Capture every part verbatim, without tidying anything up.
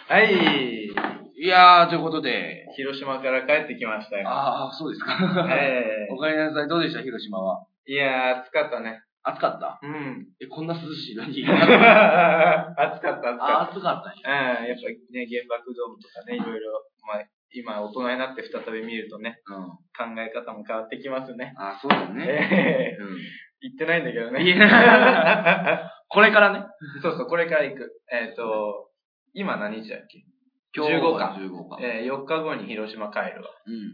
はい。 いやー、ということで。 広島から帰ってきましたよ。 あー、そうですか。えー、おかえりなさい。どうでした広島は。 いやー、暑かったね。 暑かった。 うん。 え、こんな涼しいのに。 暑かった、暑かった。 あ、暑かったね。うん、やっぱね、原爆ドームとかね、いろいろ、まあ、今大人になって再び見るとね、うん、考え方も変わってきますね。 あ、そうだね。 えー、うん。言ってないんだけどね。 これからね。 そうそう、これから行く。えっ、ー、と、今何日だっけ今日じゅうごか。 じゅうごか。 えー、よっかごに広島帰るわ。うん。うん。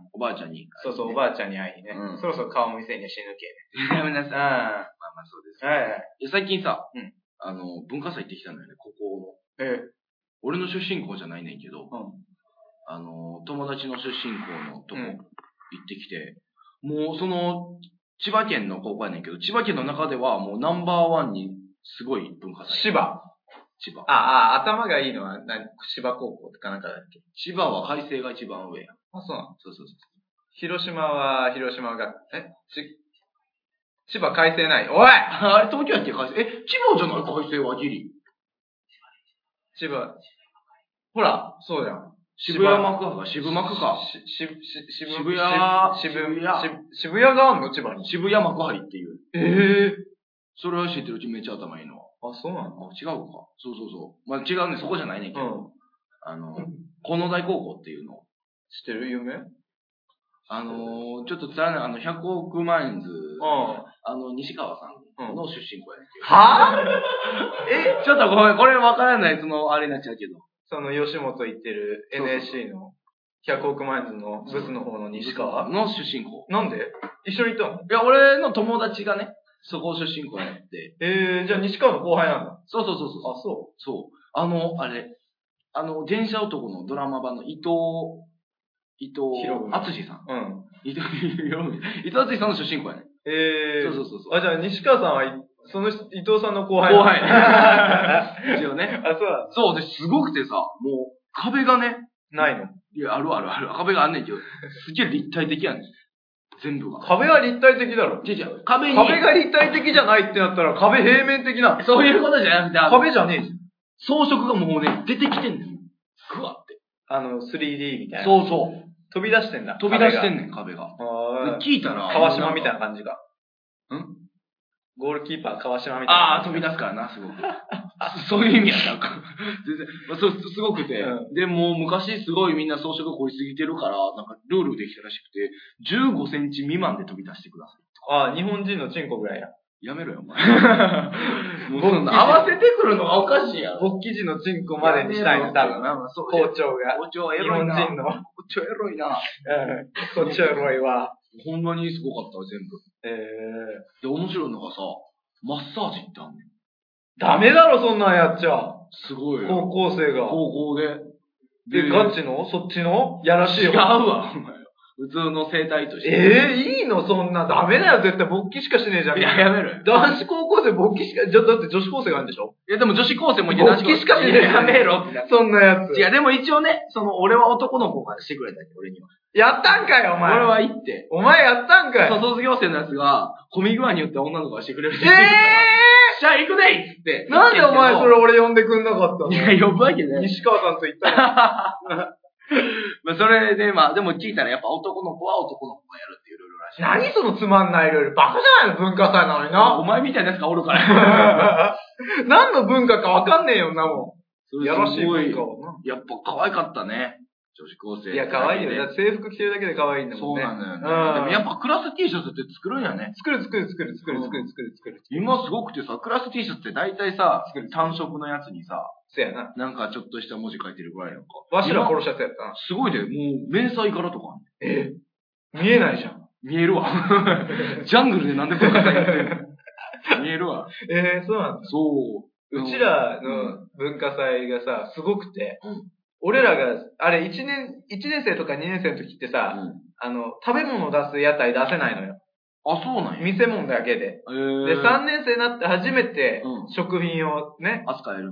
おばあちゃんに、ね。 そうそう、おばあちゃんに会いにね。うん、そろそろ顔見せに死ぬけね。やめなさい。うん。まあまあそうです、ね。 はいはい。 最近さ、 うん。 あの、文化祭行ってきたのよね、ここの。ええ。 俺の出身校じゃないねんけど、うん。あの、友達の出身校のとこ、行ってきて、うん、もうその、千葉県の高校やねんけど、千葉県の中ではもうナンバーワンにすごい文化祭。 千葉。 千葉。 ああ、頭がいいのは何、千葉高校かなんかだっけ。 千葉は海星が一番上や。 あ、そうなの。 そうそうそう。 広島は、広島が、えち、千葉海星ない。おいあれ東京やっけ海星。え、千葉じゃない海星はギリ。 千葉。ほら、そうじゃん。 渋谷幕か、渋幕か。 し、し、し、渋渋谷、 渋谷、渋谷があんの千葉に。 渋谷幕張っていう。 ええー。それは知ってるうちめっちゃ頭いいのは。 あ、そうなの？ 違うか。そうそうそう。まあ違うね、そこじゃないねんけど。うん、あの、この大高校っていうの。 知ってる？有名？ あのー、ちょっとつらない、あの、ひゃくおくマインズ、あの、西川さんの出身校やねんけど。 はぁ？ え、ちょっとごめん、これわからない、その、あれになっちゃうけど。 その、吉本行ってる エヌエーシー のひゃくおくマインズのブスの方の西川の出身校。 なんで？一緒に行ったの？ いや、俺の友達がね、そこ出身校やって。 えー、じゃあ西川の後輩なんだ。 そうそうそうそう。 あ、そう。 そう。あの、あれ、あの、電車男のドラマ版の伊藤、伊藤敦さん。うん。伊藤、伊藤敦さんの出身校やね。 えー。 そうそうそうそう。 あ、じゃあ西川さんは、その伊藤さんの後輩。 後輩。一応ね。 あ、そうだ。 そうで、すごくてさ、もう、壁がね。 ないの？ いや、あるあるある。壁があんねんけど、すげえ立体的やねん。全部が。 壁は立体的だろ。 違う違う。壁に。 壁が立体的じゃないってなったら壁平面的な。 そういうことじゃなくて、 壁じゃねえじゃん。 装飾がもうね、出てきてんねん。ぐわって。 あの、スリーディー みたいな。 そうそう。 飛び出してんだ。 飛び出してんねん、壁が。で、聞いたら。 川島みたいな感じが。 んゴールキーパー川島みたいな。 ああ、飛び出すからな、すごく。そういう意味やったんか。全然。まあ、そう、すごくて。うん、で、もう昔すごいみんな装飾凝りすぎてるから、なんかルールできたらしくて、じゅうごセンチ未満で飛び出してください。 ああ、日本人のチンコぐらいや。 やめろよ、お前。もうそんな合わせてくるのがおかしいやろ。 勃起時のチンコまでにしたいの、多分。校長が。 校長エロいな。 日本人の。 校長エロいな。 うん。校長エロいわ。 ほんまにすごかった、全部。 ええー。 で、面白いのがさ、マッサージってあんねん。 ダメだろ、そんなんやっちゃ。 すごいよ。 高校生が。 高校で。 で、ガチのそっちのやらしいよ。 違うわ、お前。普通の生態として。 ええー、いいのそんな。ダメだよ、絶対勃起しかしねえじゃん。 いや、やめろよ。 男子高校生勃起しか、じゃ、だって女子高生があるんでしょ？ いや、でも女子高生もいて勃起しかしねえ。 やめろって。 そんなやつ。 いや、でも一応ね、その、俺は男の子がしてくれたけど、俺には。 やったんかよ、お前。 俺は行って。 お前やったんかよ。 そう、卒業生のやつが、混み具合によって女の子がしてくれる。 ええー、 じゃあ行くでいっつって。 なんでお前それ俺呼んでくんなかったの？ いや、呼ぶわけね。 西川さんと言ったら。 まあ、それで、まあ、でも聞いたらやっぱ男の子は男の子がやるっていうルールらしい。 何そのつまんないルール。バカじゃないの文化祭なのにな。 お前みたいなやつがおるから。 何の文化かわかんねえよな、もん。やらしい文化をな。やっぱ可愛かったね。女子高生。 いや、可愛いよ。だって制服着てるだけで可愛いんだもんね。 そうなんだよね。でもやっぱクラス T シャツって作るんやね。 作る作る作る作る作る作る作る。 今すごくてさ、クラス T シャツって大体さ、単色のやつにさ、 そうやな。 なんかちょっとした文字書いてるぐらいやんか。 わしら殺しちゃったやつな。 すごいで、もう、迷彩柄とかあんねん。 え見えないじゃん。 見えるわ。ジャングルでなんでこんなやってるの見えるわ。 えー、そうなんだ。 そう。 うちらの文化祭がさ、すごくて、うん、俺らが、あれ、一年、一年生とか二年生の時ってさ、うん、あの、食べ物出す屋台出せないのよ。 あ、そうなんや。 店物だけで。 えー、 で、三年生になって初めて、食品をね、 扱えるんや。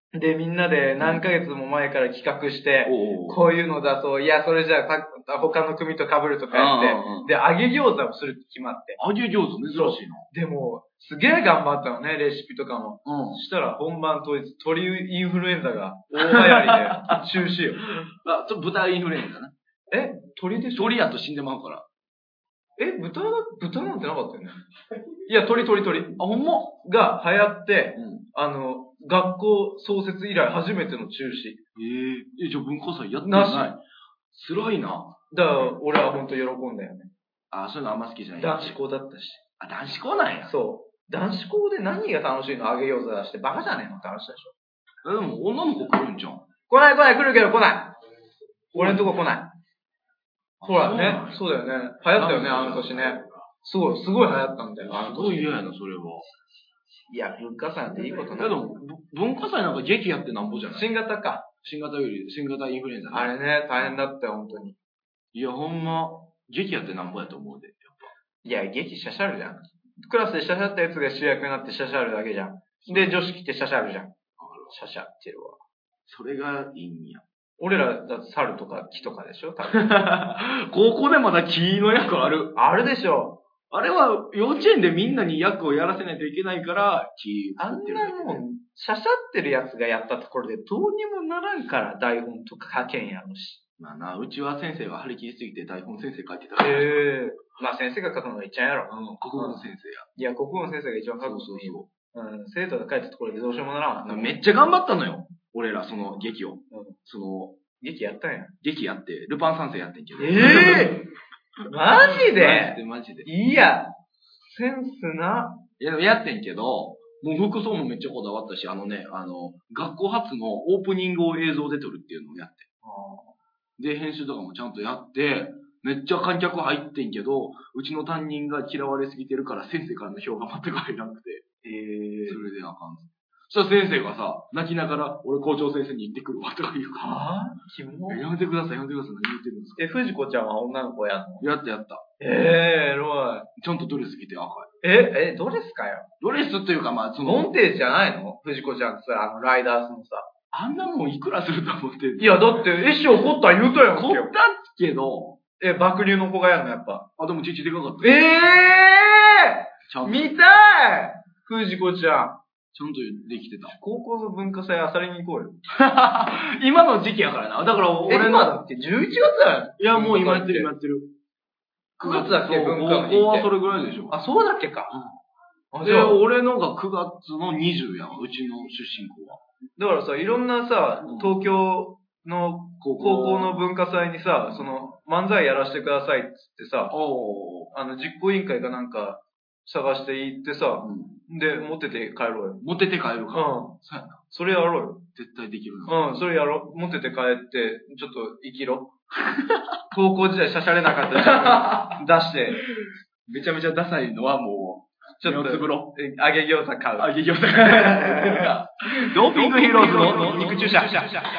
で、みんなで何ヶ月も前から企画して、 うん、 こういうの出そう。いや、それじゃあ、他の組と被るとか言って、うんうん、で、揚げ餃子をするって決まって。 揚げ餃子珍しいな。 でも、すげえ頑張ったのね、レシピとかも。 うん。 そしたら本番当日、鳥インフルエンザが大流行りで中止よ。 あ、ちょっと豚インフルエンザな。 え鳥でしょ？ 鳥やと死んでまうから。 え豚だ、豚なんてなかったよね。いや、鳥鳥鳥。 あ、ほんまが流行って、 うん、 あの、学校創設以来初めての中止。 えー、え、じゃあ文化祭やってない。辛いな。 だから、俺はほんと喜んだよね。 あ、そういうのあんま好きじゃない。 男子校だったし。 あ、男子校なんや。 そう。男子校で何が楽しいの？揚げ餃子出して。バカじゃねえのって話でしょ。え、でも女の子来るんじゃん。 来ない来ない来るけど来ない。俺んとこ来ない。ほらね。そうだよね。流行ったよね、あの年ね。すごい、すごい流行ったんだよ。 すごい嫌やな、それは。 いや、文化祭なんていいことない。 でも、文化祭なんか劇やってなんぼじゃない？ 新型か。 新型より、新型インフルエンザね。 あれね、大変だったよ、本当に。 いや、ほんま、劇やってなんぼやと思うで、やっぱ。 いや、劇シャシャルじゃん。クラスでシャシャったやつが主役になってシャシャルだけじゃん。で、女子来てシャシャルじゃん。シャシャってるわ。 それがいいんや。 俺らだって猿とか木とかでしょ多分。 高校でまだ木の役ある。 あるでしょ。 あれは幼稚園でみんなに役をやらせないといけないから、木あんなもん、シャシャってるやつがやったところでどうにもならんから台本とか書けんやろし。 まあな、うちは先生が張り切りすぎて台本先生書いてたから。 へえー。まあ先生が書くのが一番やろ。 うん、国語の先生や。いや、国語の先生が一番書くのいいよ。うん、生徒が書いたところでどうしようもならんわ。 めっちゃ頑張ったのよ。俺ら、その劇を。うん、その、 劇やったんや。 劇やって、ルパン三世やってんけど。 ええー、マジでマジでマジで。 いや、センスな。 いや、やってんけど、もう服装もめっちゃこだわったし、あのね、あの、学校初のオープニングを映像で撮るっていうのをやって。で、編集とかもちゃんとやって、めっちゃ観客入ってんけど、うちの担任が嫌われすぎてるから先生からの票が全く入らなくて。 えー、 それであかん。そしたら先生がさ、泣きながら、俺校長先生に言ってくるわとか言うから。 はぁキモやめてください、やめてください、何言ってるんですか。 え、藤子ちゃんは女の子やんの？ やったやった。 ええー、エロい。 ちゃんとドレス着て赤い。 え、え、ドレスかよ。 ドレスっていうかまあ、 その。モンテージじゃないの？藤子ちゃんってさ、あの、ライダースのさ。 あんなもんいくらすると思ってんの？ いや、だって、絵師怒った言うたやん。 怒ったけど。 え、爆乳の子がやんの、やっぱ。 あ、でも父でかかった。 ええー、見たい藤子ちゃん。 ちゃんとできてた。 高校の文化祭あさりに行こうよ。 今の時期やからな。だから俺の。 今だっけ ?じゅういちがつだよ。 いや、もう今やってる、今やってる。 くがつだっけ文化の日。 高校はそれぐらいでしょ。 あ、そうだっけか。 うん、で、俺のがくがつのにじゅうやわ、うちの出身校は。 だからさ、いろんなさ、東京の高校の文化祭にさ、その、漫才やらせてくださいっつってさ、あの、実行委員会がなんか、探して行ってさ、うん、で、持ってて帰ろうよ。 持ってて帰るか。 うん。 そうやな。 それやろうよ。 絶対できるな。うん、それやろう。持ってて帰って、ちょっと生きろ。高校時代しゃしゃれなかった出して。 めちゃめちゃダサいのはもう、 ちょっと、 つぶろ。 揚げ餃子買う。 揚げ餃子買う。ドーピングヒーローズの肉注射。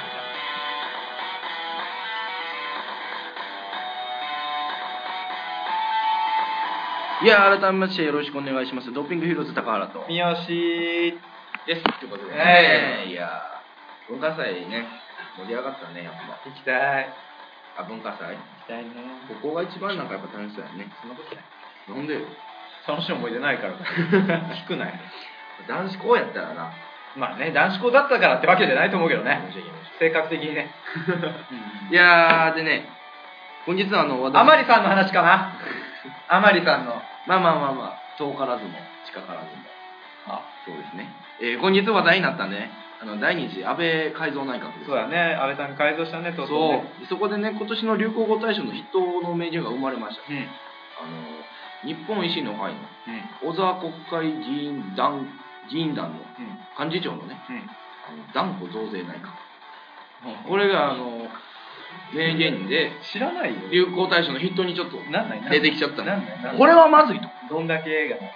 いや、改めましてよろしくお願いします。ドーピングヒーローズ高原と。 三好です。ということでね。いや文化祭ね、盛り上がったね、やっぱ。 行きたい。 あ、文化祭行きたいね。 ここが一番なんかやっぱ楽しそうやね。 そんなことない。 なんでよ。 楽しい思い出ないから。聞くない。 男子校やったらな。 まあね、男子校だったからってわけじゃないと思うけどね。性格的にね。 いやー、でね、本日はあの、 あまりさんの話かな。あまりさんの。 まあまあまあまあ、遠からずも近からずも。あ、そうですね。えー、今日話題になったね、あの第二次安倍改造内閣です。 そうだね、安倍さん改造したね、とうとうね。 そう。そこでね、今年の流行語大賞の筆頭の名人が生まれました。うん。あの日本維新の会の小沢国会議員団議員団の幹事長のね、うん、あの断固増税内閣。うん、これがあの。名言で知らないよ。 流行大賞の筆頭にちょっと出てきちゃったの。 これはまずいと。 どんだけ映画の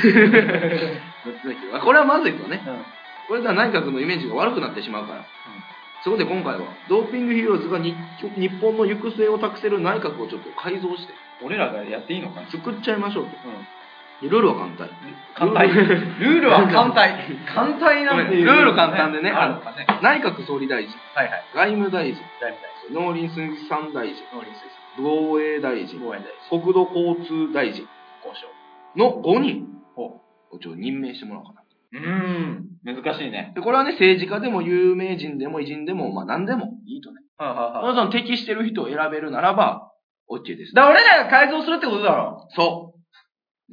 これはまずいとね。うん、これでは内閣のイメージが悪くなってしまうから。うん、そこで今回はドーピングヒーローズが日本の行く末を託せる内閣をちょっと改造して。 俺らがやっていいのかな。 作っちゃいましょうと。 ルールは簡単。 簡単。ルールは簡単。簡単なんていう。 ルール簡単でね、 あるのかね。 内閣総理大臣、 はいはい。 外務大臣、 外務大臣。 農林水産大臣、 農林水産。 防衛大臣、 防衛大臣。 国土交通大臣、 交渉。 のごにんをちょっと任命してもらおうかな。 うーん。難しいね。 で、これはね、政治家でも有名人でも偉人でも、まあ何でもいいとね。 はあ、はあはあ、 その適してる人を選べるならば、OK です。 だから俺らが改造するってことだろ。 そう。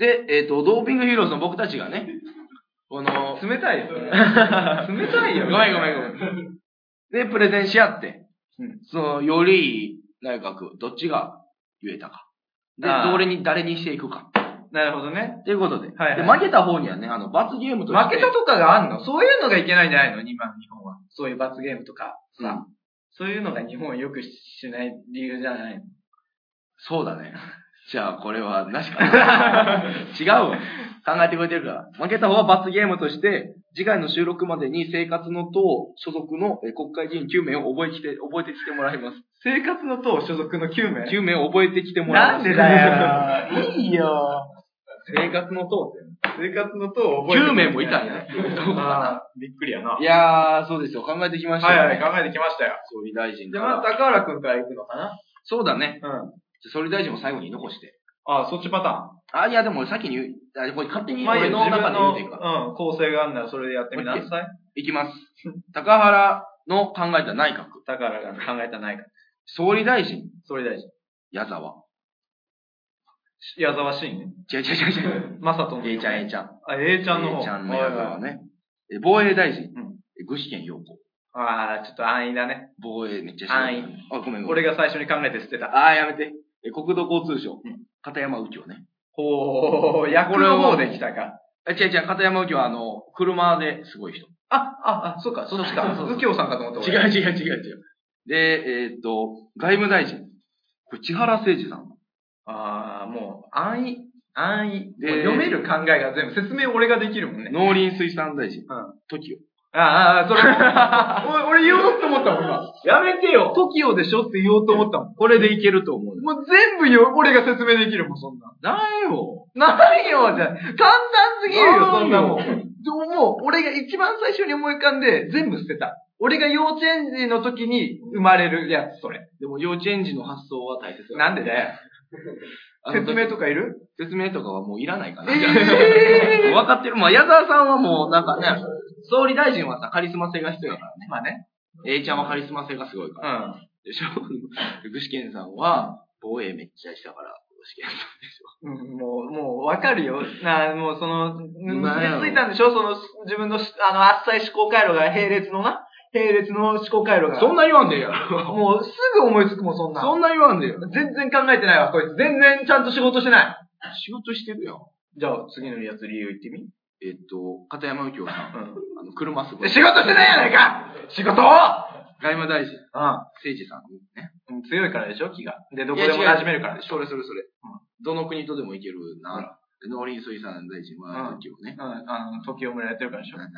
で、えっ、と、ドーピングヒーローズの僕たちがね、この、 冷たいよ。冷たいよ。 ごめんごめんごめん。で、プレゼンし合って、うん、その、よりいい内閣、どっちが言えたか。で、どれに、誰にしていくか。 なるほどね。 ということで。 はいはい、 で、負けた方にはね、あの、罰ゲームとして。 負けたとかがあんの？そういうのがいけないんじゃないの？今の日本は。そういう罰ゲームとかさ、うん。そういうのが日本を良くしない理由じゃないの？ そうだね。じゃあ、これは、なしかな。違うわ。考えてくれてるから。負けた方は罰ゲームとして、次回の収録までに生活の党所属の国会議員きゅうめいを覚えてきて、覚えてきてもらいます。 生活の党所属のきゅうめい ?きゅう名を覚えてきてもらいます。 なんでだよ。いいよ。 生活の党って。 生活の党を覚えてきて、ね。 きゅうめいもいたんやね。 びっくりやな。 いやー、そうですよ。考えてきましたよ、ね。はいはい、考えてきましたよ。 総理大臣から。じゃあ、まず高原くんから行くのかな？ そうだね。 うん。 総理大臣を最後に残して。 ああ、そっちパターン。 あ、いや、でも先に言う、あ、これ勝手に俺の中で言うていいか。 うん、構成があるならそれでやってみなさい。 いきます。高原の考えた内閣。 高原が考えた内閣。 総理大臣。 総理大臣。 矢沢。 矢沢慎ね。 違う違う違う違う。 まさとの。 A ちゃん A ちゃん。 あ、A ちゃんの方。 A ちゃんの矢沢ね。防衛大臣。うん。具志堅用子。 ああ、ちょっと安易だね。 防衛めっちゃ安易。 あ、ごめんごめん。 俺が最初に考えて捨てた。 ああ、やめて。国土交通省。うん。片山右京ね。 ほー、役の方で来たか。 え、違う違う、片山右京はあの、車ですごい人。 あ、あ、あ、そうか、そっちか。右京さんかと思った。 違う違う違う違う。で、えー、っと、外務大臣。これ、千原誠二さん。 ああ、もう、安易。安易。で、読める考えが全部、説明俺ができるもんね。 農林水産大臣。うん。時代。 ああ、それ俺言おうと思ったもん、今。やめてよ。トキオでしょって言おうと思ったもん。 これでいけると思う。 もう全部よ、俺が説明できるもん、そんな。 ないよ。 ないよ、じゃあ。簡単すぎるよ、そんなもん。でももう、俺が一番最初に思い浮かんで、全部捨てた。俺が幼稚園児の時に生まれるやつ、それ。 でも幼稚園児の発想は大切だ。 なんでだよ。説明とかいる？ 説明とかはもういらないかな。えー、分かってる。まあ、矢沢さんはもう、なんかね、総理大臣はさ、カリスマ性が必要だからね。 まあね。 A ちゃんはカリスマ性がすごいから。うん。でしょ？具志堅さんは、防衛めっちゃしたから、具志堅さんでしょ。 うん、もう、もう、わかるよ。なもう、その、結びついたんでしょ？その、自分の、あの、あっさい思考回路が並列のな。並列の思考回路が。 そんな言わんでええやろ。 もうすぐ思いつくもん、そんな。 そんな言わんでええよ。 全然考えてないわ、こいつ。全然ちゃんと仕事してない。 仕事してるよ。 じゃあ、次のやつ理由言ってみ。 えっと、片山右京さん。うん。あの、車すごい。 仕事してないやないか仕事を外務大臣。うん。誠治さん。ね。 うん、強いからでしょ、気が。で、どこでも馴染めるからでしょ。 それそれそれ。うん。どの国とでも行けるな。農林水産大臣は、時をね。 うん。あの、時を村やってるからでしょ。うん。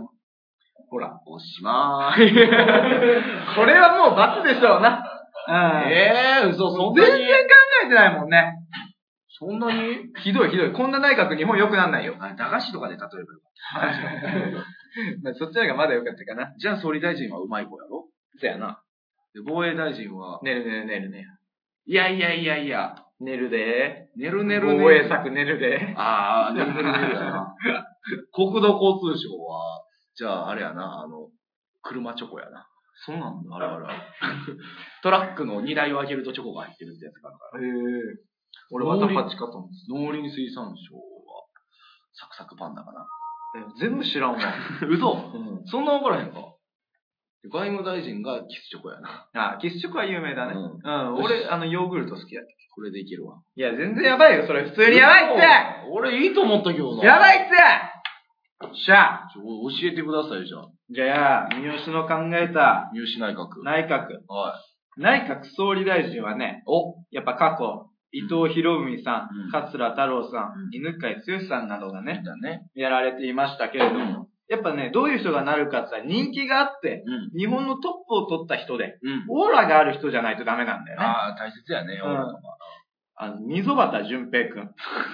ほら。 おしまーい。 これはもう罰でしょうな。 うん。ええー、嘘、そんなに。 全然考えてないもんね。 そんなにひどいひどい。こんな内閣日本良くなんないよ。 あ、駄菓子とかで例えばよかった。 まあ、そっちの方がまだ良かったかな。 じゃあ総理大臣はうまい子やろ？ そやな。 で、防衛大臣は。 寝る寝る寝るね。 いやいやいやいや。 寝るで寝る寝るね。 防衛策寝るで。 ああ、寝る寝る寝るやな。国土交通省は、じゃあ、あれやな、あの、車チョコやな。 そうなんだ。 あらあら。トラックの荷台を上げるとチョコが入ってるってやつがあるから。 へえ。俺はタパチかと思って。 農林水産省は、サクサクパンダかな。 え、全部知らんわ。 嘘、うん、そんなわからへんか。外務大臣がキスチョコやな。 あ、キスチョコは有名だね。うん。うん、俺、あの、ヨーグルト好きだっけ。 これでいけるわ。 いや、全然やばいよ、それ。普通にやばいって。 俺いいと思ったけどな。 やばいってしゃあ。 ちょ、教えてください、じゃあ。 じゃあ、三好の考えた。 三好内閣。 内閣。 はい。 内閣総理大臣はね、お、やっぱ過去、伊藤博文さん、うん、桂太郎さん、うん、犬飼剛さんなどがね、ねやられていましたけれども、うん、やっぱね、どういう人がなるかって人気があって、うん、日本のトップを取った人で、うん、オーラがある人じゃないとダメなんだよね。 ああ、大切やね、オーラとか。 あの、溝端淳平くん。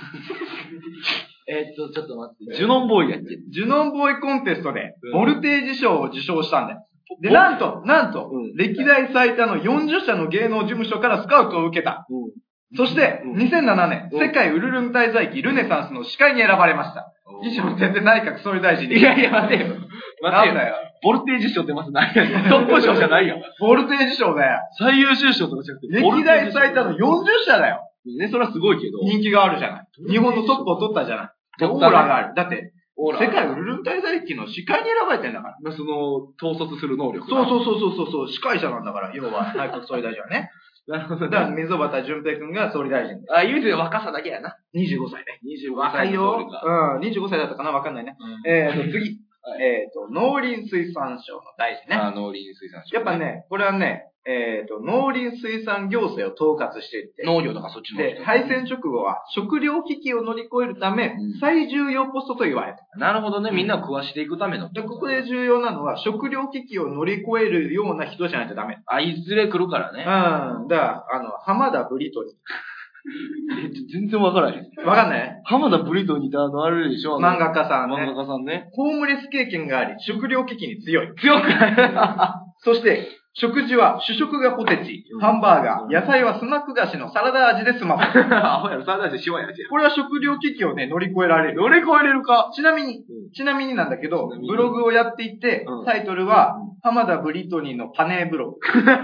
えっと、ちょっと待って。ジュノンボーイやっけ？ ジュノンボーイコンテストで、ボルテージ賞を受賞したんだよ。で、なんと、なんと、うん、歴代最多のよんじゅっしゃの芸能事務所からスカウトを受けた。うん、そして、うん、にせんななねん、うん、世界ウルルン滞在期ルネサンスの司会に選ばれました。以上、全然内閣総理大臣に。 いやいや、待てよ。待てよ。よボルテージ賞ってまず何やねん。トップ賞じゃないよ。 ボルテージ賞だよ。 最優秀賞とかじゃなくて。 歴代最多のよんじゅっしゃだよ。 ね、それはすごいけど。 人気があるじゃない。日本のトップを取ったじゃない。オーラがある。だって、世界ウルルン滞在期の司会に選ばれてんだから。 その、統率する能力。 そうそうそうそうそう、司会者なんだから、要は、内閣総理大臣はね。なるほど。だから、溝端淳平くんが総理大臣。 あ、唯一若さだけやな。 にじゅうごさいね。 にじゅうごさい。若いよ。うん、にじゅうごさいだったかなわかんないね。うん、えーと、次。えっと、農林水産省の大臣ね。 あ、農林水産省。 やっぱね、これはね、えっと、農林水産行政を統括していて。 農業とかそっちの。 で、敗戦直後は食糧危機を乗り越えるため、最重要ポストと言われた。 なるほどね。みんなを食わしていくための。 で、ここで重要なのは、食糧危機を乗り越えるような人じゃないとダメ。 あ、いずれ来るからね。 うん。だから、あの、浜田ブリトニー。 え、全然わからへん。 わかんない浜田ブリトニーってあの、あれでしょ漫画家さんね。 漫画家さんね。 ホームレス経験があり、食糧危機に強い。 強くないそして、食事は主食がポテチ、ハンバーガー、野菜はスナック菓子のサラダ味で済ませる。 アホやろ、サラダ味塩や味や。 これは食糧危機をね、乗り越えられる。 乗り越えれるかちなみに、ちなみになんだけど、ブログをやっていて、タイトルは、浜田ブリトニーのパネーブログ。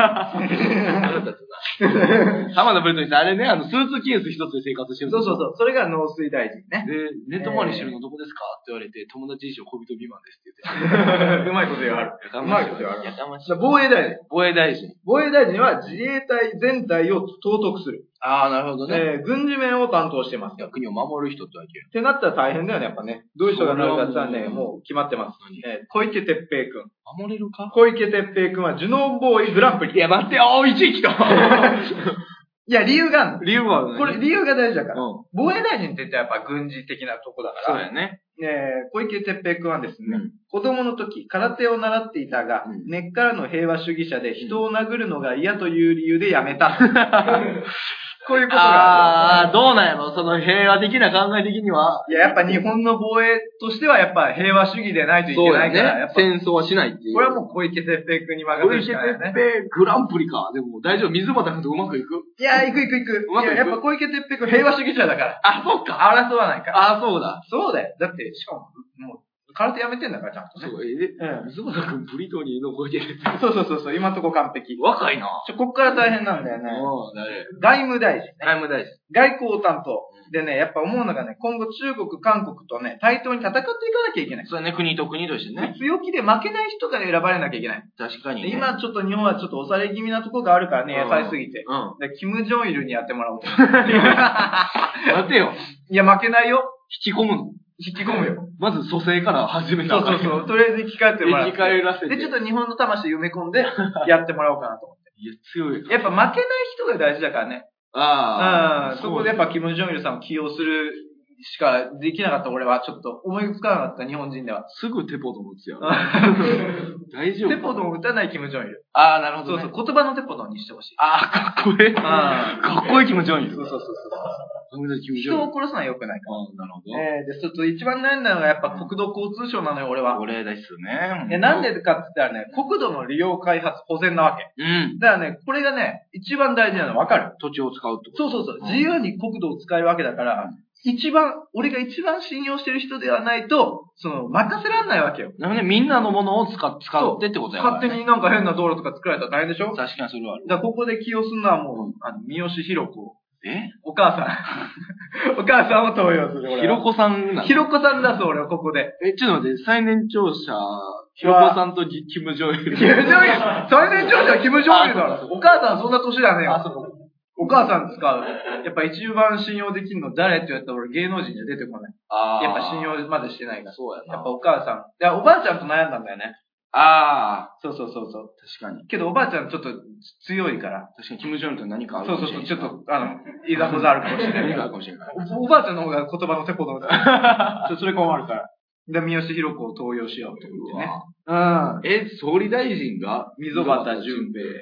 浜田ブリトニーってあれね、あの、スーツケース一つで生活してる。 そうそうそう。それが農水大臣ね。 で、ネット周りしてるのどこですかって言われて、友達以上小人未満ですって言って。うまいこと言われる。うまいこと言われる。防衛大臣。 防衛大臣。 防衛大臣は自衛隊全体を統督する。 ああ、なるほどね。 えー、軍事面を担当してます。 国を守る人ってわけよ。 ってなったら大変だよね、やっぱね。どういう人がなるかってね、もう決まってます。えー、小池徹平くん。 守れるか小池徹平くんはジュノンボーイグランプリ。 いや、待って、おー、いちい来た。 いや、理由があるの。 理由があるこれ理由が大事だから。うん、防衛大臣って言ったらやっぱ軍事的なとこだから。 そうだよね。 えー、小池徹平くんはですね、うん、子供の時空手を習っていたが、うん、根っからの平和主義者で人を殴るのが嫌という理由でやめた。こういうことがある。ああ、どうなんやろその平和的な考え的には。 いや、やっぱ日本の防衛としてはやっぱ平和主義でないといけないから。 ね、 やっぱ戦争はしないっていう。 これはもう小池徹平くんに任せるしかないよね。 小池徹平グランプリか。でも大丈夫。水端君とうまくいくいや、いくいくいく。うまくいく。いや、やっぱ小池徹平くん平和主義者だから。 あ、そっか。 争わないから。 あ、そうだ。 そうだよ。だって、しかも、もう、空手やめてんだから、ちゃんとね。 そう、え、うん。水端君ブリトニーの小池徹平。 そうそうそうそう、今んとこ完璧。 若いな。 ちょ、こっから大変なんだよね。 うん、誰外務大臣、ね。 外務大臣。 外交担当。でね、やっぱ思うのがね、今後中国、韓国とね、対等に戦っていかなきゃいけない。 そうね、国と国としてね。 強気で負けない人が選ばれなきゃいけない。 確かに、ね。 今ちょっと日本はちょっと押され気味なところがあるからね、野菜すぎて。うん。で、キム・ジョンイルにやってもらおうと。 待てよ。 いや、負けないよ。 引き込むの引き込むよ。 まず蘇生から始めた。 そうそうそう。とりあえず生き返ってもらう。 生き返らせて。 で、ちょっと日本の魂埋め込んで、やってもらおうかなと思って。 いや、強い。 やっぱ負けない人が大事だからね。 ああ。そこでやっぱキム・ジョンイルさんを起用するしかできなかった俺はちょっと思いつかなかった、日本人では。 すぐテポドン打つやん。大丈夫テポドン打たないキム・ジョンイル。 ああ、なるほど、ね。 そうそう、言葉のテポドンにしてほしい。 ああ、かっこいい。 あかっこいいキム・ジョンイル。 そうそうそうそう。人を殺すのは良くないから。 ああ、なるほど。 えー、で、ちょっと一番悩んだのがやっぱ国土交通省なのよ、俺は。 これですね。 え、なんでかって言ったらね、国土の利用開発保全なわけ。 うん。 だからね、これがね、一番大事なの分かる。 土地を使うってこと。 そうそうそう。自由に国土を使えるわけだから、一番、俺が一番信用してる人ではないと、その、任せらんないわけよ。 なので、みんなのものを使使ってってことだよね。 勝手になんか変な道路とか作られたら大変でしょ？ 確かにそれはある。 だからここで起用するのはもう、あの、三好弘子。 えお母さん。お母さんを投票する、俺。 ひろこさんなの？ ひろこさんだぞ、俺はここで。 え、ちょっと待って、最年長者、ひろこさんとキム・ジョンイル。 キム・ジョンイル最年長者はキム・ジョンイルだろ。お母さんそんな年だねよ。お母さん使う。やっぱ一番信用できるの誰って言われたら俺芸能人じゃ出てこない。あやっぱ信用までしてないから。 そうやな。 やっぱお母さん。いや、おばあちゃんと悩んだんだよね。 ああ。 そうそうそうそう。 確かに。 けどおばあちゃんちょっと強いから。 確かにキム・ジョンイルと何かあるかもしれない。そうそうそう。ちょっと、あの、いざこざあるかもしれない。 何かあるかもしれない。 おばあちゃんの方が言葉のテポドンだ。それ困るから。で、三好弘子を登用しようと思ってね。 うん。え、総理大臣が溝端淳平。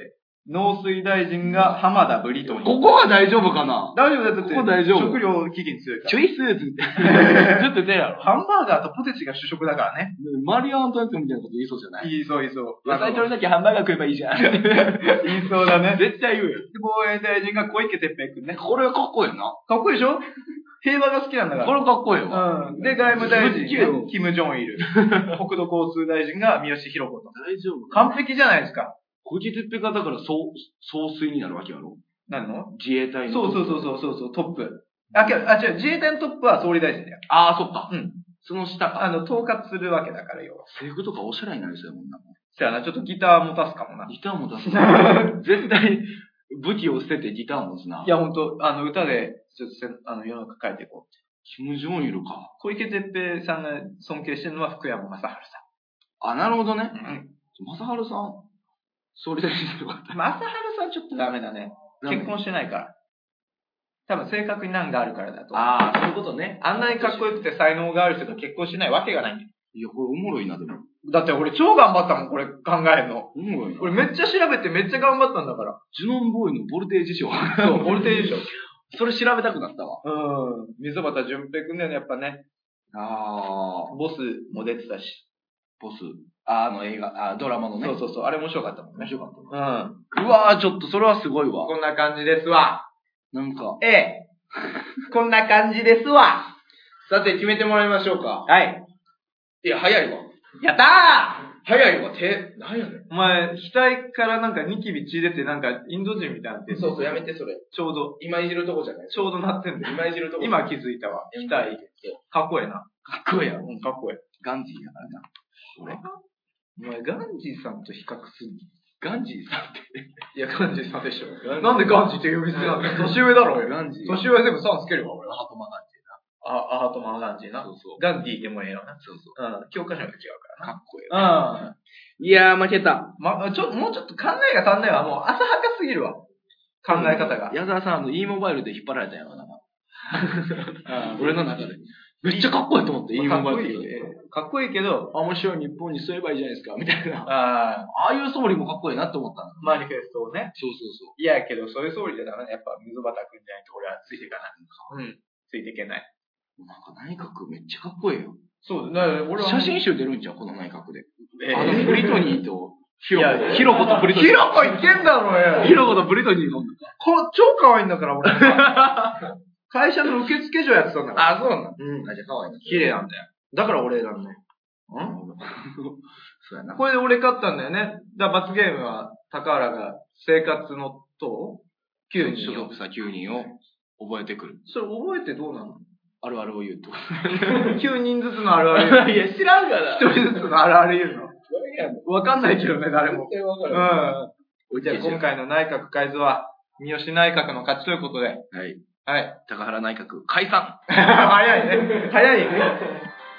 農水大臣が浜田ブリトニー。 ここは大丈夫かな？ 大丈夫だよ、だって。 ここ大丈夫。 食料危機に強いから。 チョイスーズって。ずっと出やろ。 ハンバーガーとポテチが主食だからね。 マリアントワネットみたいなこと言いそうじゃない？ 言いそう言いそう。 野菜取るだけハンバーガー食えばいいじゃん。 言いそうだね。 絶対言うよ。 防衛大臣が小池徹平くんね。 これはかっこいいな。 かっこいいでしょ？平和が好きなんだから。 これかっこいいわ。 うん。で、外務大臣、ね、キム・ジョンイル。国土交通大臣が三好博子と。 大丈夫完璧じゃないですか。 小池徹平がだから総、総帥になるわけやろ？ 何の？ 自衛隊の。 そうそうそうそうそう、トップ。あ、けど、あ、違う、自衛隊のトップは総理大臣だよ。 ああ、そっか。 うん。 その下か。 あの、統括するわけだからよ。 制服とかおしゃれになりそうやもんな。 そうやな、ちょっとギター持たすかもな。 ギターも出すな。絶対、武器を捨ててギター持つな。 いや、ほんと、あの、歌で、ちょっとせあの、世の中変えていこう。 キム・ジョンイルか。 小池徹平さんが尊敬してるのは福山雅治さん。 あ、なるほどね。 うん。 雅治さん、総理大臣でよかった。 雅治さんちょっとダメだね。結婚してないから。多分性格に難があるからだと。 ああ、そういうことね。 あんなにかっこよくて才能がある人と結婚しないわけがないんだよ。 いや、これおもろいな、でも。 だって俺超頑張ったもん、これ考えるの。 おもろいな。 俺めっちゃ調べてめっちゃ頑張ったんだから。 ジュノンボーイのボルテージ賞。 そう、ボルテージ賞。 それ調べたくなったわ。 うん。溝端淳平くんだよね、やっぱね。 ああ。 ボスも出てたし。 ボス。あ、あの映画、あ、ドラマのね。 そうそうそう。あれ面白かったもんね。 面白かった。 うん。 うわー、ちょっとそれはすごいわ。 こんな感じですわ。 なんか。 ええ。こんな感じですわ。 さて、決めてもらいましょうか。 はい。 いや、早いわ。 やったー早いわ、手、なんやねん。 お前、額からなんかニキビ血出てなんかインド人みたいになってそうそう、やめてそれ。 ちょうど。 今いじるとこじゃない。 ちょうどなってんだよ。 今いじるとこ。 今気づいたわ。額。かっこええな。 かっこええやろ。 うん、かっこええ。 ガンジーやからな。俺。 お前、ガンジーさんと比較するの？ ガンジーさんって。 いや、ガンジーさんでしょ。なんでガンジーって呼び捨てなんだよ。年上だろうよ。 ガンジー。 年上全部さんつけるわ、俺は。 ハトマガンジーな。 あ、アハトマガンジーな。 そうそう。 ガンディーでもええよな。 そうそう。 うん。教科書が違うからな。 かっこええ。 うん。 いやー、負けた。 ま、ちょ、もうちょっと考えが足んないわ。もう浅はかすぎるわ。考え方が。 矢沢さん、あの、e モバイルで引っ張られたよな。俺の中で。めっちゃかっこいいと思って、e モバイルで。 かっこいいけど、 あ、面白い日本にすればいいじゃないですか、みたいな。 ああ。 ああいう総理もかっこいいなって思ったの。 マニフェストをね。 そうそうそう。 いや、けど、そういう総理じゃダメだ。やっぱ、溝端くんじゃないと俺はついていかない。うん。ついていけない。 なんか内閣めっちゃかっこいいよ。 そう、だから俺は。 写真集出るんじゃん、この内閣で。 えー、 あの、ブリトニーと、ヒロコ。ヒロコとブリトニー。 ヒロコいけんだろうよ。 ヒロコとブリトニー飲んだ。 こ超可愛いんだから、俺。会社の受付所やってたんだから。 あ、そうなんだ。 うん。 あ、じゃあ可愛いな。 綺麗なんだよ。だから俺選んだよ。 んそうやな。 これで俺勝ったんだよね。だから罰ゲームは、高原が生活の党きゅうにん。 所属者きゅうにんを覚えてくる。 それ覚えてどうなの？ あるあるを言うと。 きゅうにんずつのあるある言う。 いや、知らんがな。 ひとりずつのあるある言うの。わかんないけどね、誰も。 絶対わかる。 うん。じゃあ今回の内閣改造は、三好内閣の勝ちということで。 はい。 はい。 高原内閣解散。 早いね。早いね。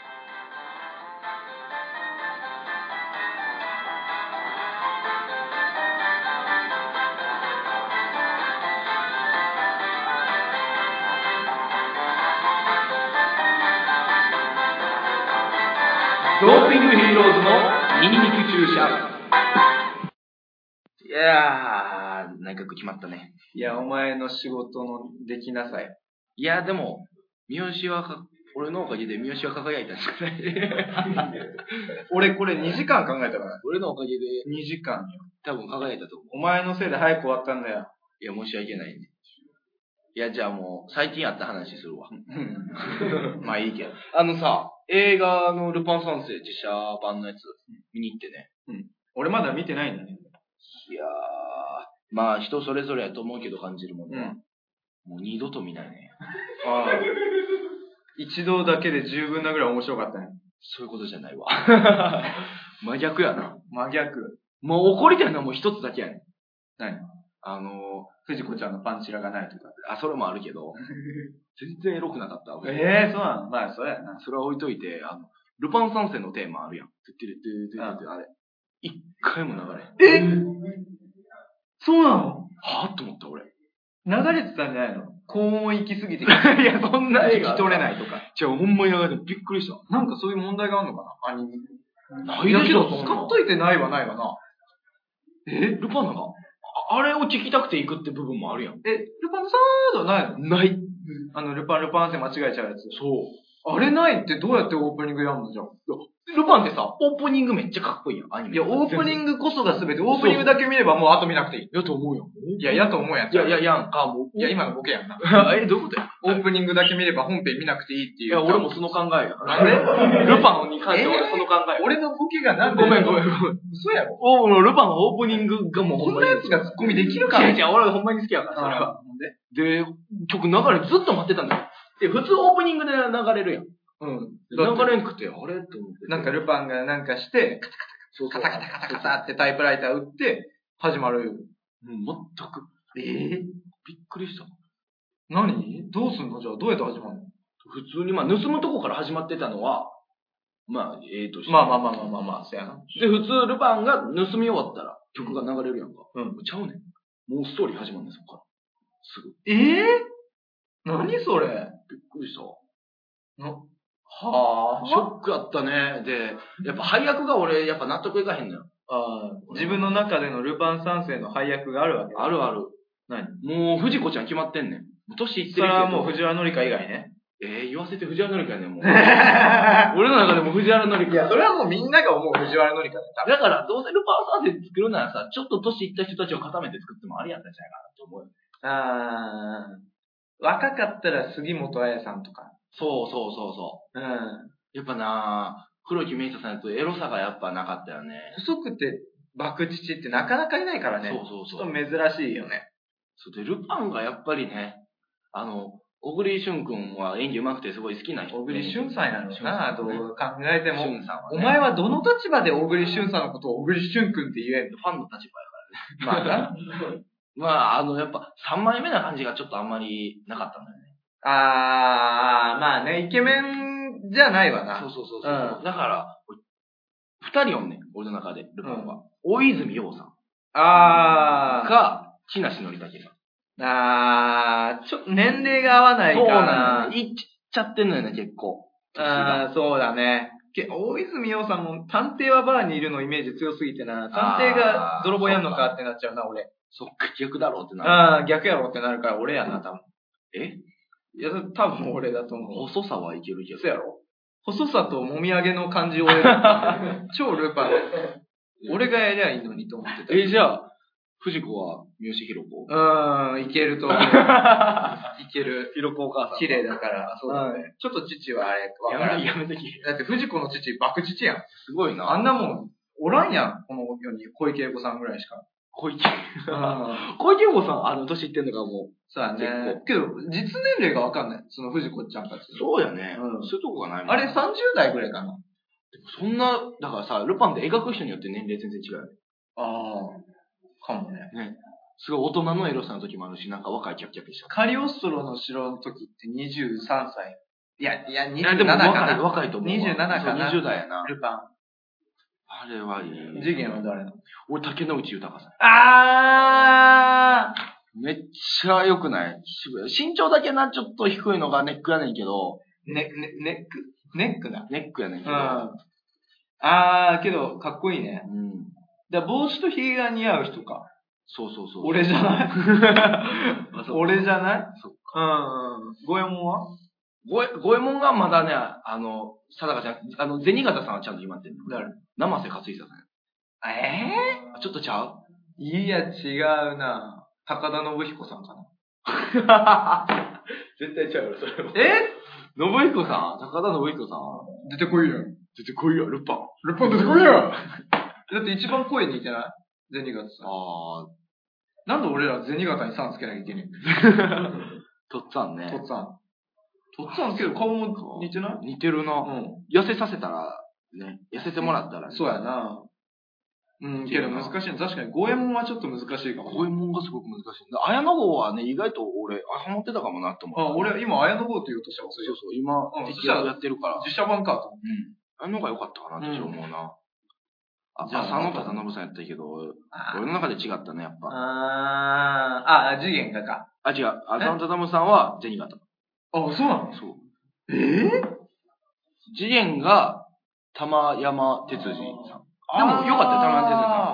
ドーピングヒーローズのニンニク注射。いやー、内閣決まったね。 いや、お前の仕事のできなさい。 いや、でも、三好はか、俺のおかげで三好は輝いたんじゃない俺これにじかん考えたから。 俺のおかげでにじかんよ。 多分輝いたと思う。 お前のせいで早く終わったんだよ。 いや、申し訳ないね。いや、じゃあもう、最近あった話するわ。 まあいいけど。 あのさ、映画のルパン三世実写版のやつ見に行ってね。 うん。俺まだ見てないんだね。 いやー、まあ人それぞれやと思うけど感じるものは、 うん、 もう二度と見ないね。 ああ。一度だけで十分なぐらい面白かったね。 そういうことじゃないわ。真逆やな。 真逆。 もう怒りたいのはもう一つだけやねん。 何？ あのー、藤子ちゃんのパンチラがないとか。 あ、それもあるけど、全然エロくなかった。 ええー、そうなの？まあ、そうやな。 それは置いといて、あの、ルパン三世のテーマあるやん。てってれてってれてあれ。一回も流れ。 え？そうなの？ はぁと思った俺。 流れてたんじゃないの？高音行き過ぎて。いや、そんな映画。 聞き取れないとか。 じゃあ、ほんまに流れてびっくりした。 なんかそういう問題があるのかな？アニメ。 ないでしょ、 使っといてないわないわな。 えルパンなんかああれを聞きたくて行くって部分もあるやん。 え、ルパンのサードないの？ ない。 あの、ルパンルパンって間違えちゃうやつ。 そう。 あれないってどうやってオープニングやんのじゃん。 ルパンってさ、オープニングめっちゃかっこいいやん、アニメ。 いや、オープニングこそが全て、オープニングだけ見ればもう後見なくていい。 やと思うよ。 いや、やと思うやん。 いや、いや、やんか、もう。 いや、今のボケやんな。 え、どういうことや？ オープニングだけ見れば本編見なくていいっていう。 いや、俺もその考えや。 なんでルパンに関しては俺その考え。 俺のボケがなんでごめんごめんごめん。 嘘やろ。 おー、ルパンのオープニングがもうこんなやつがツッコミできるかいやいや、俺ほんまに好きやから、それは。で、曲流れずっと待ってたんだよ。で、普通オープニングで流れるやん。 うん。 流れんくて、あれって思って。 なんかルパンがなんかして、カタカタカタカタカタってタイプライター打って、始まる。 うん、全く。 えぇ、ー、 びっくりした。 何？どうすんの？じゃあどうやって始まるの？ 普通に、まあ、盗むとこから始まってたのは、まあ、ええとして。 まあまあまあまあまあまあ、そうやな。 で、普通ルパンが盗み終わったら曲が流れるやんか。 うん。 ちゃうねん。もうストーリー始まるんですよ、そっから。すぐ。 えぇ、ー、何それ？ びっくりした。 なはぁ、 ショックやったね。で、やっぱ配役が俺、やっぱ納得いかへんのよ。 ああ、自分の中でのルパン三世の配役があるわけ？ あるある。 何？ もう、藤子ちゃん決まってんねん。年いってるけど。 それはもう藤原紀香以外ね。 えー、言わせて藤原紀香やねん、もう。俺の中でも藤原紀香。 いや、それはもうみんなが思う藤原紀香だ。 だから、どうせルパン三世作るならさ、ちょっと年いった人たちを固めて作ってもありやったんじゃないかなって思うよね。 あー、若かったら杉本彩さんとか。 そうそうそうそう。うん。やっぱなぁ、黒木メイサさんとエロさがやっぱなかったよね。 細くて爆乳ってなかなかいないからね。 そうそうそう。 ちょっと珍しいよね。 そうで、ルパンがやっぱりね、あの、小栗旬くんは演技上手くてすごい好きな人。 小栗旬さんやろな、どう考えても。 旬さんはね。 お前はどの立場で小栗旬さんのことを小栗旬くんって言えんの？ ファンの立場やからね。まあな。まあ、あの、やっぱさんまいめな感じがちょっとあんまりなかったんだよね。 あー、まあね、イケメンじゃないわな。 そうそうそうそう、うん。だから、二人おんねん、俺の中で、ルパンは。うん、大泉洋さん。 あー。 か、木梨憲武さん。 あー、ちょっと年齢が合わないから。そうなんだ、ね。いっちゃってんのよね、結構。 あー、そうだね。大泉洋さんも探偵はバーにいるのイメージ強すぎてな。探偵が泥棒やんのかってなっちゃうな、俺。 そっか、逆だろうってなる。 あー、逆やろうってなるから俺やな、多分。 えいや、多分俺だと思う。 細さはいけるけど。 そうやろ？細さともみあげの感じ俺だ。超ルパン。俺がやりゃいいのにと思ってた。 え、じゃあ、藤子は三好ひろ子？ うーん、いけると思う。いける。 ひろ子お母さん。 綺麗だから。 そうだね。 ちょっと父はあれ、 わからん。やめとき。 だって藤子の父、爆父やん。 すごいな。 あんなもん、おらんやん。この世に小池栄子さんぐらいしか。 小池。小池栄子さん、あの、年いってんのかもう。 そうやね。けど、実年齢がわかんない。その藤子ちゃんたち。 そうやね。うん。そういうとこがないもん。 あれさんじゅう代ぐらいかな。 でもそんな、だからさ、ルパンで描く人によって年齢全然違うよね。 ああ。かもね。 ね。すごい大人のエロさの時もあるし、なんか若いキャピキャピした。 カリオストロの城の時ってにじゅうさんさい。いや、いや、にじゅうななかな。 でも若い、若いと思う。 にじゅうななかな。 にじゅう代やな。 ルパン。 あれはいい。 次元は誰なの？ 俺、竹野内豊さん。 あーめっちゃ良くない身長だけな、ちょっと低いのがネックやねんけど。 ね、ね、ネックネックな。 ネックやねんけど。 うん。あー、けど、かっこいいね。 うん。 だ帽子とヒゲが似合う人か。 そうそうそう。 俺じゃない俺じゃないそっか。 うん。五右衛門は五右衛門がまだね、あの、定かちゃん、あの、銭形さんはちゃんと決まってるの。 誰？ 生瀬勝久さん。 えぇ、ー、ちょっとちゃう？ いや、違うな。高田信彦さんかな。 絶対ちゃうよ、それは。 え？ 信彦さん？高田信彦さん？ 出てこいよ。 出てこいよ、ルパン。 ルパン出てこいよ。だって一番声似てない？銭形さん。 あー。 なんで俺ら銭形にさんつけなきゃいけないとっつぁんね。 とっつぁん。とっつぁんけど顔も似てない？ 似てるな。うん。痩せさせたら、ね。痩せてもらったらね。 そうやな。うん、けど難しいの。確かに五右衛門はちょっと難しいかも。 五右衛門がすごく難しい。綾野剛はね、意外と俺、あ、ハマってたかもなって思った。 あ、俺今綾野剛って言おうとしたわ。 そうそう、今、 うん、 実写やってるから。 実写版かと。 うん。あの方が良かったかなって思うな。あ、じゃあ、佐野忠信さんやったけど、俺の中で違ったね、やっぱ。 あー、あ、次元がか。 あ、違う。佐野忠信さんは銭形。 あ、そうなの？ そう。 えぇ？ 次元が玉山哲司さん。でも、よかったよ、玉山哲司さん。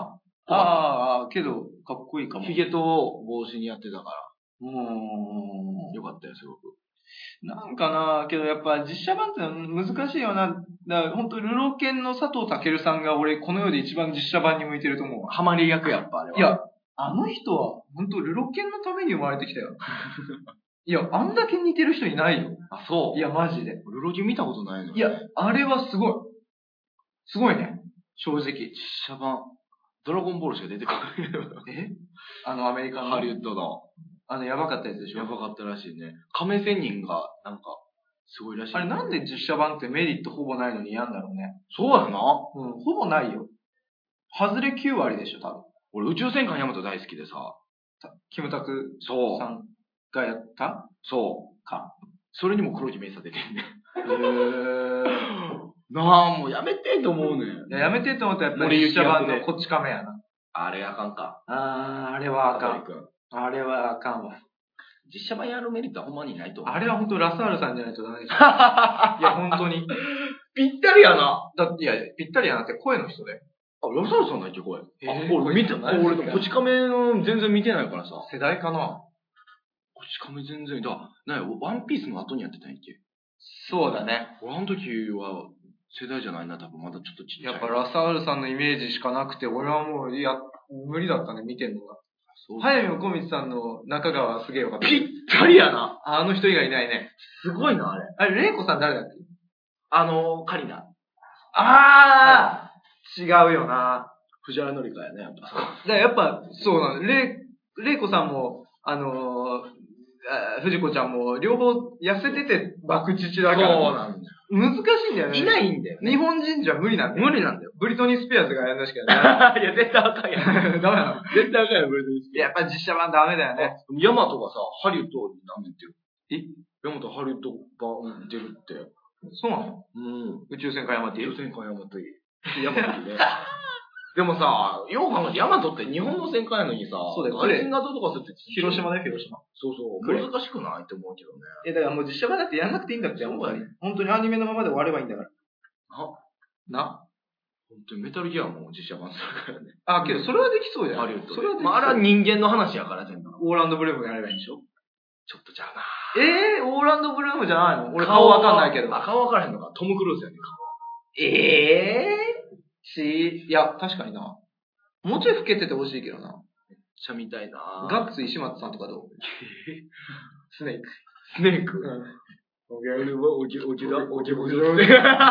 ああ、けど、かっこいいかも。 ヒゲと帽子にやってたから。 うーん。 よかったよ、すごく。 なんかな、けどやっぱ実写版って難しいよな。だから本当ルロケンの佐藤健さんが俺この世で一番実写版に向いてると思うわ。 ハマり役やっぱあれは。 いや、あの人は本当ルロケンのために生まれてきたよ。いや、あんだけ似てる人いないよ。 あ、そう。 いや、マジで。 ルロケン見たことないの、ね、 いや、あれはすごい。すごいね。正直。 実写版。ドラゴンボールしか出てこない。 えあのアメリカの。 ハリウッドの。 あの、やばかったやつでしょ。 やばかったらしいね。亀仙人が、なんか、すごいらしい、ね。 あれなんで実写版ってメリットほぼないのにやんだろうね。 そうやな。 うん、ほぼないよ。外れきゅう割でしょ、多分。 俺宇宙戦艦ヤマト大好きでさ。 キムタクさんがやったそうか。それにも黒木メイサ出てんね。へー。 なあ、もうやめてと思うねん。 いや、やめてと思ったらやっぱり実写版のこっち亀やな。 あれあかんか。 あー、あれはあかん。あれはあかんわ。 実写版やるメリットはほんまにないと思う。 あれはほんとラサールさんじゃないとダメですよ。いや、ほんとに。 ぴったりやな。 だって、いや、ぴったりやなって声の人で。 あ、ラサールさんだっけ、声。 えー、 あ、俺見て、俺、こち亀の全然見てないからさ。 世代かな。 こち亀全然、だ、なに、ワンピースの後にやってたんやっけ。 そうだね。 俺あの時は、世代じゃないな、多分まだちょっとちっちゃい。 やっぱラサールさんのイメージしかなくて、俺はもう、いや、無理だったね、見てんのが。早見横道さんの中川すげえよかった。 ぴったりやな。 あの人以外いないね。 すごいな、あれ。 あれ、レイコさん誰だっけ？ あの、カリナ。 あー、はい、違うよな。 藤原紀香やね、やっぱ。 だからやっぱ、そうなの。レイ、レイコさんも、あのー、藤子ちゃんも、両方痩せてて爆乳だから。 そうなんだよ。 難しいんだよね。 いないんだよ、 ね。日本人じゃ無理なんだよ。 無理なんだよ。 ブリトニー・スピアーズがやるのしかない。 いや、絶対あかんやん。 ダメなの。 絶対あかんやん、ブリトニー・スピアーズ。 やっぱ実写版ダメだよね。 ヤマトがさ、ハリウッドに何年ってる。 えヤマトハリウッド版出るって。 そうなの？ うん。 宇宙戦艦ヤマト。 宇宙戦艦ヤマト。ヤマトね。でもさ、よう考えてヤマトって日本の戦艦やのにさ、 そうだよ。 外人型とかするって、 広島だよ、広島。 そうそう。難しくないって思うけどね。 え、だからもう実写版だってやんなくていいんだって、本当に。本当にアニメのままで終わればいいんだから。 な。な。本当にメタルギアも実写版するからね。 あ、けどそれはできそうじゃん。 ハリウッド。 それはできそう。 まあ、あれは人間の話やから全部。 オーランドブルームがやればいいんでしょ？ ちょっとじゃあな。 えー、オーランドブルームじゃないの？俺顔わかんないけど。 あ、顔わからへんのか。トム・クルーズやねん、顔。 えーし、いや、確かにな。もうちょい老けててほしいけどな。 めっちゃ見たいな。 ガッツ石松さんとかどう？スネーク。 スネーク。うん。おげるはおげ、おげだ、おげぼげだ。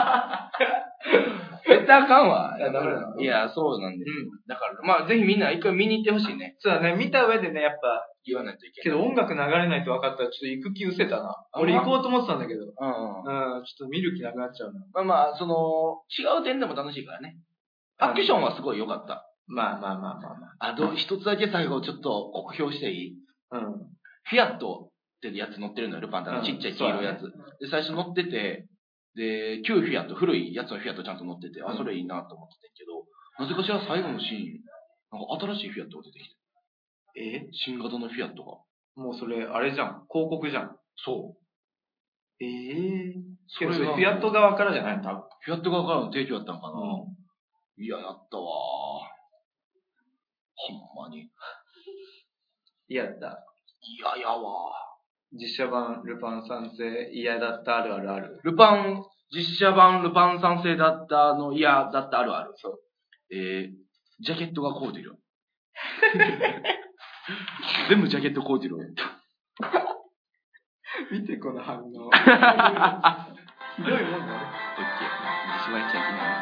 絶対あかんわ。 いや、ダメなの？ いや、そうなんです。うん。だから、まあ、ぜひみんな一回見に行ってほしいね。 そうだね、見た上でね、やっぱ、 言わないといけない。けど音楽流れないと分かったら、ちょっと行く気失せたな。俺行こうと思ってたんだけど。うんうん。うん、ちょっと見る気なくなっちゃうな。 まあまあ、その、違う点でも楽しいからね。アクションはすごい良かった。 まあまあまあまあまあ。あと、一つだけ最後ちょっと酷評していい？うん。フィアットってやつ乗ってるのよ、ルパンタのちっちゃい黄色いやつ。で、最初乗ってて、で、旧フィアット、古いやつのフィアットちゃんと乗ってて、あ、それいいなと思ってたけど、なぜかしら最後のシーン、なんか新しいフィアットが出てきて。え？新型のフィアットが。 もうそれ、あれじゃん。広告じゃん。 そう。 ええー。それフィアット側からじゃないの？多分。 フィアット側からの提供やったのかな。うん。いや、やったわー。ほんまに。 嫌だった。 嫌やわー。実写版ルパン三世嫌だったあるあるある。 ルパン、実写版ルパン三世だったの嫌だったあるある。そう。えー、ジャケットがコーディル。全部ジャケットコーディル。 見てこの反応。ひどいもんだね。オッケー。 しまいちゃいけない。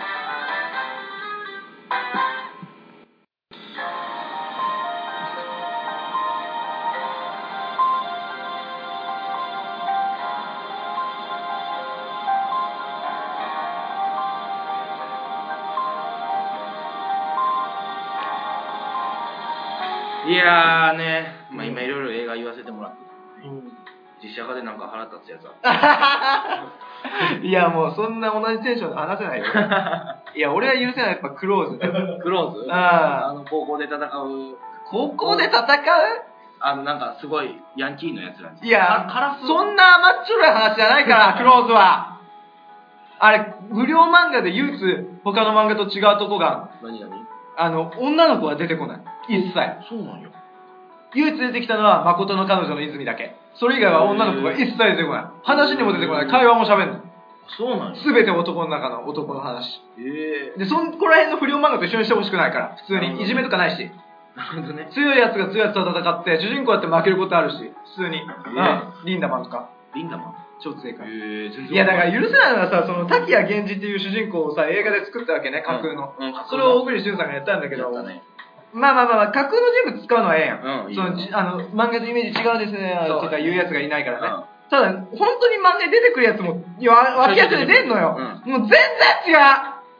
いやーね、まあ今いろいろ映画言わせてもらって、うん、実写化でなんか腹立つやつあった。いやもうそんな同じテンションで話せないよ。いや俺は許せない、やっぱクローズだよ。 クローズ？ ああの高校で戦う。 高校で戦う？ あのなんかすごいヤンキーのやつらに。 いや、そんな甘っちょろい話じゃないから、クローズは。あれ、不良漫画で唯一他の漫画と違うとこが。 何何？ あの、女の子は出てこない。一切。 そうなんよ。 唯一出てきたのは、誠の彼女の泉だけ。それ以外は女の子が一切出てこない。話にも出てこない。会話も喋んない。 そうなんよ。 すべて男の中の男の話。 へえ。 で、そこら辺の不良漫画と一緒にしてほしくないから。普通に。いじめとかないし。 なるほどね。 強いやつが強いやつと戦って、主人公だって負けることあるし。普通に。 えうん。リンダマンとか。 リンダマン超強いから。 へえ、全然。 いや、だから許せないのはさ、その、滝谷源氏っていう主人公をさ、映画で作ったわけね、架空の。 うんうんそれを小栗旬さんがやったんだけど、 やったね。 まあまあまあまあ、架空の人物使うのはええやん。 うんいいよそのじあの、漫画とイメージ違うんですね、 そうとか言うやつがいないからね。 うんただ、本当に漫画に出てくるやつも、いや、脇役で出んのよ。もう全然違う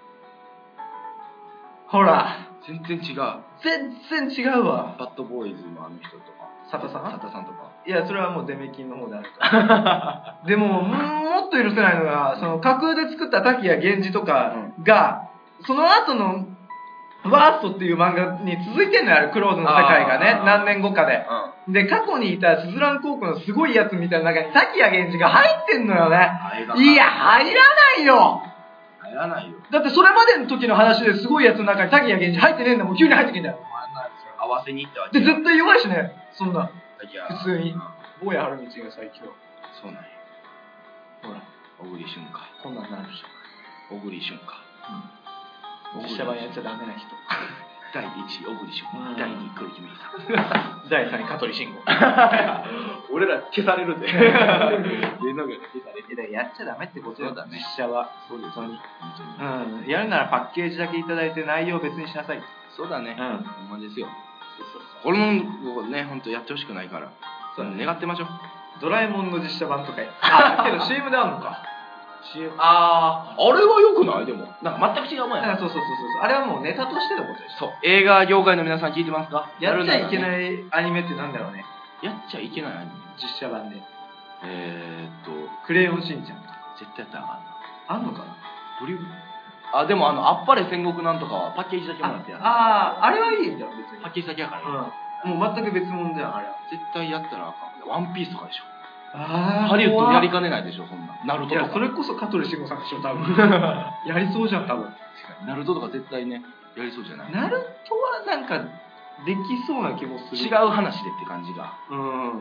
ほら。 全然違う。 全然違うわ。 バッドボーイズのあの人とか。 佐田さん佐田さんとか。 いや、それはもうデメキンの方であるから。でも、もっと許せないのが、その架空で作った滝谷源氏とかが、その後の、ワーストっていう漫画に続いてんのよ、あれ、クローズの世界がね、何年後かで。で、過去にいたスズラン高校のすごいやつみたいな中に滝谷源氏が入ってんのよね。いや、入らないよ入らないよ。 だってそれまでの時の話ですごいやつの中に滝谷源氏入ってねえんだもん、急に入ってきんだよ。 合わせに行ったわけ。 で、絶対弱いしね、そんな。 いや普通に。坊や春道が最強。 そうなんや。 ほら、 小栗旬か。 こんなんなるでしょ。 小栗旬か。 うん。実写版やっちゃダメな人。 だいいちい、小栗旬。だいにい、黒木メイさん。 だいさんい、香取慎吾。 俺ら消されるで。芸能界が消される。 やっちゃダメってことそうだね。 実写は。 そうです。 本当に。 本当に。 うん。やるならパッケージだけいただいて内容別にしなさい。 そうだね。 うん。 ほんまですよ。これもね、ほんとやってほしくないから。そう願ってましょう。 ドラえもんの実写版とか。あ、けど シーエム であんのか。シーエム。 あー、あれは良くないでも。なんか全く違うもんや。 そうそうそうそう。あれはもうネタとしてのことでしょ。 そう。映画業界の皆さん聞いてますか？ やっちゃいけなやいアニメってなんだろうね。 っちゃいけないアニメ。 実写版で。 えーっと、 クレヨンしんちゃん。 絶対やったらあかんな。 あんのかなブリューあ、でもあの、あっぱれ戦国なんとかはパッケージだけもらってやる。 ああ、あれはいいんだよ、別に。 パッケージだけやからね。 うん。もう全く別物だよ、あれは。 絶対やったらあかん。ワンピースとかでしょ。 ああ。 ハリウッドやりかねないでしょ、そんな。ナルトとか。 いや、それこそ香取慎吾さんでしょ、多分。やりそうじゃん、多分。 ナルトとか絶対ね、やりそうじゃない。 ナルトはなんか、できそうな気もする。 違う話でって感じが。 うん。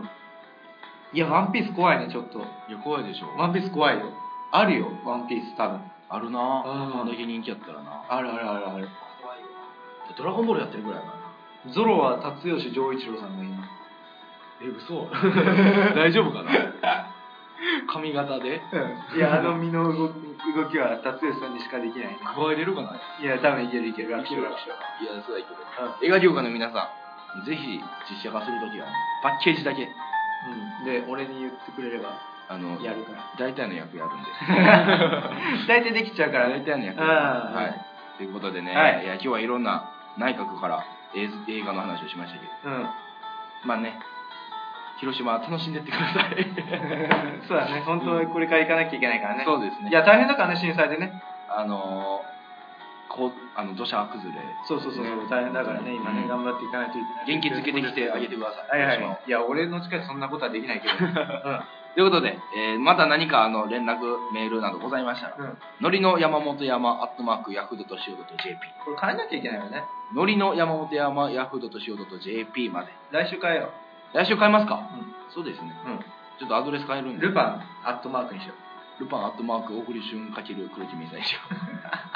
いや、ワンピース怖いね、ちょっと。 いや、怖いでしょ。 ワンピース怖いよ。あるよ、ワンピース多分。 あるなぁ。こんだけ人気やったらな。 あるあるあるある。 怖いよ。ドラゴンボールやってるぐらいやからな。 ゾロは辰吉丈一郎さんが今。 え、嘘大丈夫かな髪型でうん。いや、あの身の動き動きは辰吉さんにしかできないね。 加えれるかな。 いや、多分いけるいける。楽勝楽勝。 いや、そうだけど。映画業界の皆さん、ぜひ実写化するときは、ね、パッケージだけ。 うん。で、俺に言ってくれれば、 あの、 やるから。 大体の役やるんで。 大体できちゃうから大ね。 体の役。 うんはい。ということでね、 はいいや今日はいろんな内閣から映映画の話をしましたけど、 うん。 まあね、広島楽しんでってください。 そうだね。本当はこれから行かなきゃいけないからね。 そうですね。 いや、大変だからね、震災でね。 あのー、こう、あの、土砂崩れ。 そうそうそうそう、大変だからね、今ね、 うん頑張っていかないといけない。 元気づけてきてあげてください。 はいはい広島を。 いや、俺の力でそんなことはできないけど。うん。 ということで、えーまた何かあの連絡、メールなどございましたら、 うん。 のりの山本山、アットマーク、ヤフードとしお .jp。 これ変えなきゃいけないよね。 のりの山本山、ヤフードとしお .jp まで。 来週変えよ来週変えますか？ う。 そうですね。 うん。 ちょっとアドレス変えるんうん。 で。 ルパン、アットマークにしよルパン、アットマーク、小栗旬かける黒木メイサイしよう。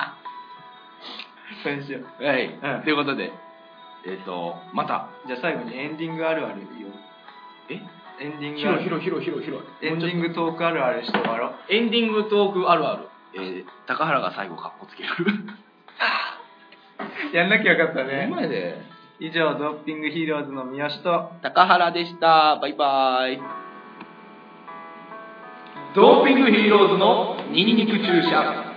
それにしよう。 う。はい。 うんということで、えっ、と、また。 じゃあ最後にエンディングあるある言おう。 えエンディングある広い広い広い広い広い。 エンディングトークあるあるして終わろう。 エンディングトークあるある。えー、高原が最後カッコつける。 やんなきゃよかったおね。 前で。 以上、ドッピングヒーローズの三好と、 高原でした。バイバイ。ドーピングヒーローズのニンニク注射。